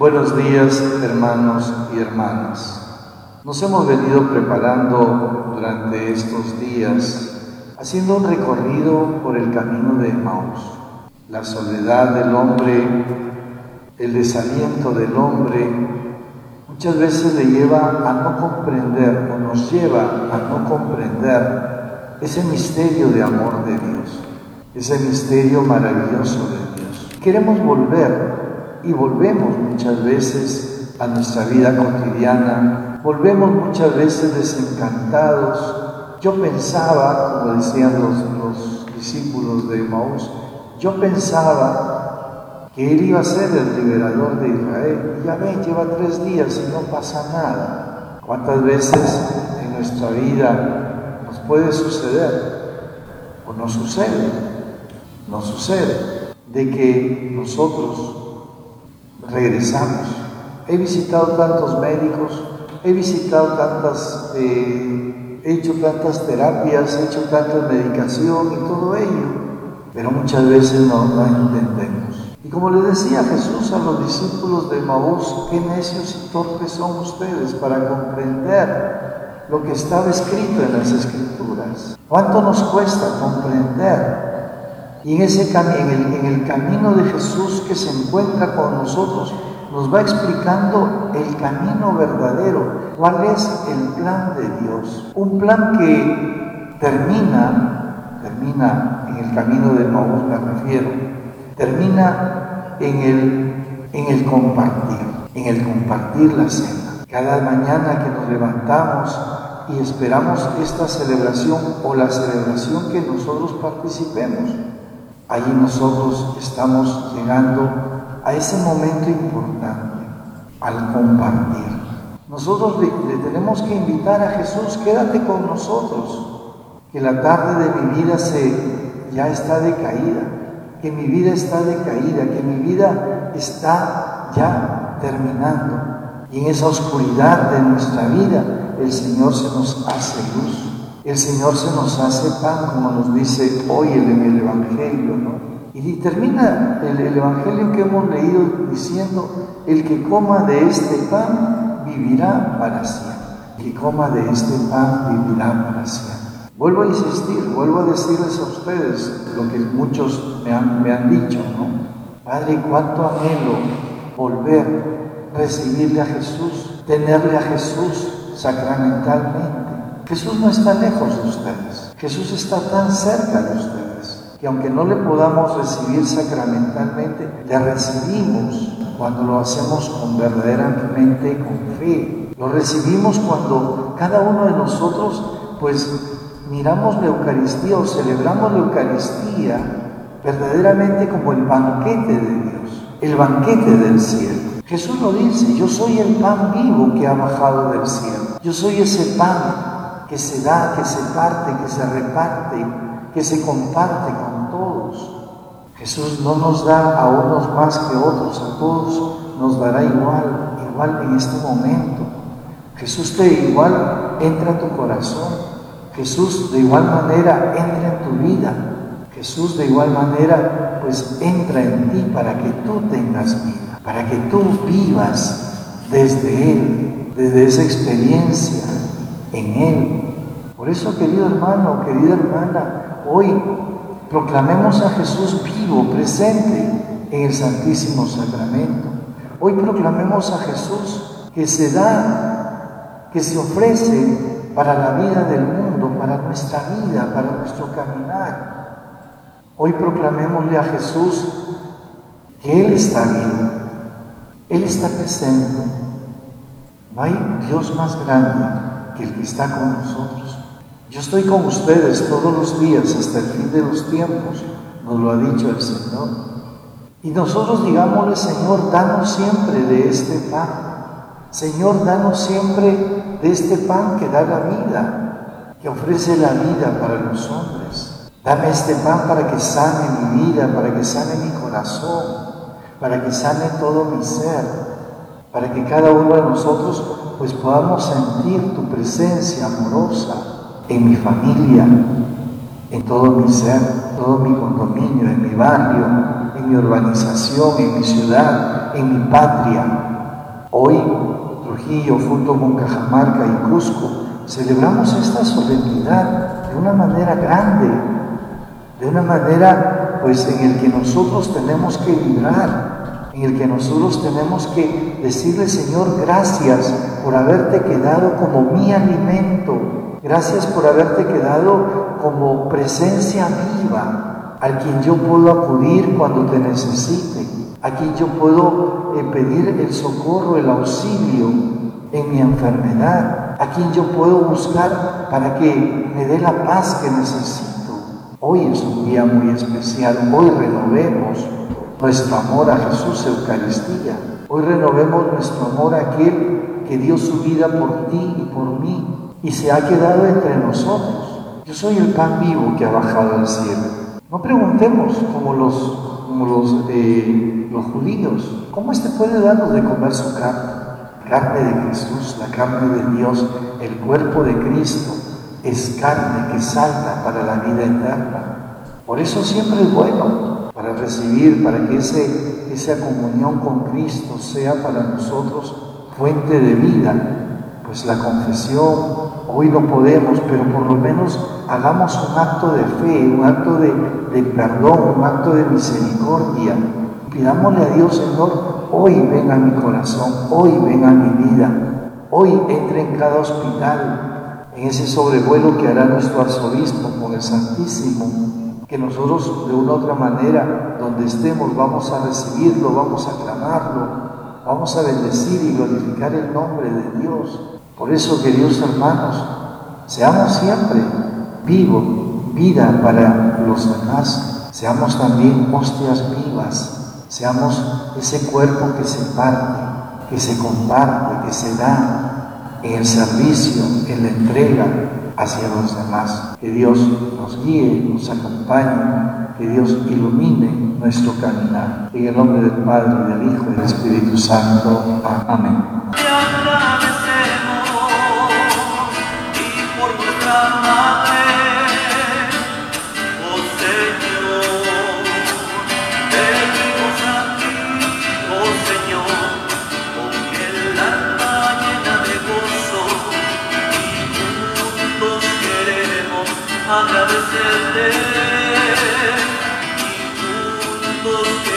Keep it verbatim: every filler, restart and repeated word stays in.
Buenos días, hermanos y hermanas. Nos hemos venido preparando durante estos días, haciendo un recorrido por el camino de Emaús. La soledad del hombre, el desaliento del hombre, muchas veces le lleva a no comprender, o nos lleva a no comprender ese misterio de amor de Dios, ese misterio maravilloso de Dios. Queremos volver. Y volvemos muchas veces a nuestra vida cotidiana, volvemos muchas veces desencantados. Yo pensaba, como decían los, los discípulos de Emaús, yo pensaba que Él iba a ser el liberador de Israel. Y ya ven, lleva tres días y no pasa nada. ¿Cuántas veces en nuestra vida nos puede suceder? ¿O no sucede? No sucede. De que nosotros regresamos. He visitado tantos médicos, he visitado tantas, eh, he hecho tantas terapias, he hecho tanta medicación y todo ello, pero muchas veces no, no entendemos. Y como le decía Jesús a los discípulos de Emaús, qué necios y torpes son ustedes para comprender lo que estaba escrito en las Escrituras. ¿Cuánto nos cuesta comprender? Y en, ese cam- en, el, en el camino de Jesús que se encuentra con nosotros, nos va explicando el camino verdadero. ¿Cuál es el plan de Dios? Un plan que termina, termina en el camino de Emaús, me refiero, termina en el, en el compartir, en el compartir la cena. Cada mañana que nos levantamos y esperamos esta celebración o la celebración que nosotros participemos, allí nosotros estamos llegando a ese momento importante, al compartir. Nosotros le, le tenemos que invitar a Jesús, quédate con nosotros, que la tarde de mi vida se, ya está decaída, que mi vida está decaída, que mi vida está ya terminando. Y en esa oscuridad de nuestra vida, el Señor se nos hace luz. El Señor se nos hace pan, como nos dice hoy en el Evangelio, ¿no? Y termina el, el Evangelio que hemos leído diciendo, el que coma de este pan vivirá para siempre. El que coma de este pan vivirá para siempre. Vuelvo a insistir, vuelvo a decirles a ustedes lo que muchos me han, me han dicho, ¿no? Padre, cuánto anhelo volver, recibirle a Jesús, tenerle a Jesús sacramentalmente. Jesús no está lejos de ustedes, Jesús está tan cerca de ustedes, que aunque no le podamos recibir sacramentalmente, le recibimos cuando lo hacemos con verdaderamente con fe. Lo recibimos cuando cada uno de nosotros, pues, miramos la Eucaristía o celebramos la Eucaristía verdaderamente como el banquete de Dios, el banquete del cielo. Jesús lo dice, yo soy el pan vivo que ha bajado del cielo, yo soy ese pan que se da, que se parte, que se reparte, que se comparte con todos. Jesús no nos da a unos más que otros, a todos nos dará igual, igual en este momento. Jesús de igual entra a tu corazón, Jesús de igual manera entra en tu vida, Jesús de igual manera pues entra en ti para que tú tengas vida, para que tú vivas desde Él, desde esa experiencia en Él. Por eso, querido hermano, querida hermana, hoy proclamemos a Jesús vivo, presente en el Santísimo Sacramento. Hoy proclamemos a Jesús que se da, que se ofrece para la vida del mundo, para nuestra vida, para nuestro caminar. Hoy proclamémosle a Jesús que Él está vivo, Él está presente. No hay Dios más grande que el que está con nosotros. Yo estoy con ustedes todos los días hasta el fin de los tiempos, nos lo ha dicho el Señor. Y nosotros digámosle, Señor, danos siempre de este pan. Señor, danos siempre de este pan que da la vida, que ofrece la vida para los hombres. Dame este pan para que sane mi vida, para que sane mi corazón, para que sane todo mi ser, para que cada uno de nosotros pues podamos sentir tu presencia amorosa en mi familia, en todo mi ser, todo mi condominio, en mi barrio, en mi urbanización, en mi ciudad, en mi patria. Hoy, Trujillo, junto con Cajamarca y Cusco, celebramos esta solemnidad de una manera grande, de una manera pues en el que nosotros tenemos que vibrar, en el que nosotros tenemos que decirle, Señor, gracias por haberte quedado como mi alimento, gracias por haberte quedado como presencia viva, al quien yo puedo acudir cuando te necesite, a quien yo puedo eh, pedir el socorro, el auxilio en mi enfermedad, a quien yo puedo buscar para que me dé la paz que necesito. Hoy es un día muy especial, hoy renovemos nuestro amor a Jesús Eucaristía, hoy renovemos nuestro amor a aquel que dio su vida por ti y por mí y se ha quedado entre nosotros. Yo soy el pan vivo que ha bajado del cielo. No preguntemos como los, como los, eh, los judíos, ¿cómo este puede darnos de comer su carne? Carne de Jesús, la carne de Dios, el cuerpo de Cristo, es carne que salta para la vida eterna. Por eso siempre es bueno para recibir, para que ese, esa comunión con Cristo sea para nosotros fuente de vida. Pues la confesión, hoy no podemos, pero por lo menos hagamos un acto de fe, un acto de, de perdón, un acto de misericordia. Pidámosle a Dios, Señor, hoy ven a mi corazón, hoy ven a mi vida, hoy entre en cada hospital, en ese sobrevuelo que hará nuestro arzobispo con el Santísimo, que nosotros de una u otra manera, donde estemos, vamos a recibirlo, vamos a aclamarlo, vamos a bendecir y glorificar el nombre de Dios. Por eso, queridos hermanos, seamos siempre vivos, vida para los demás, seamos también hostias vivas, seamos ese cuerpo que se parte, que se comparte, que se da en el servicio, en la entrega hacia los demás. Que Dios nos guíe, nos acompañe, que Dios ilumine nuestro caminar. En el nombre del Padre, y del Hijo y del Espíritu Santo. Amén. Te agradecemos y por nuestra madre, oh Señor, venimos a ti, oh Señor, con el alma llena de gozo y juntos queremos agradecerte y juntos queremos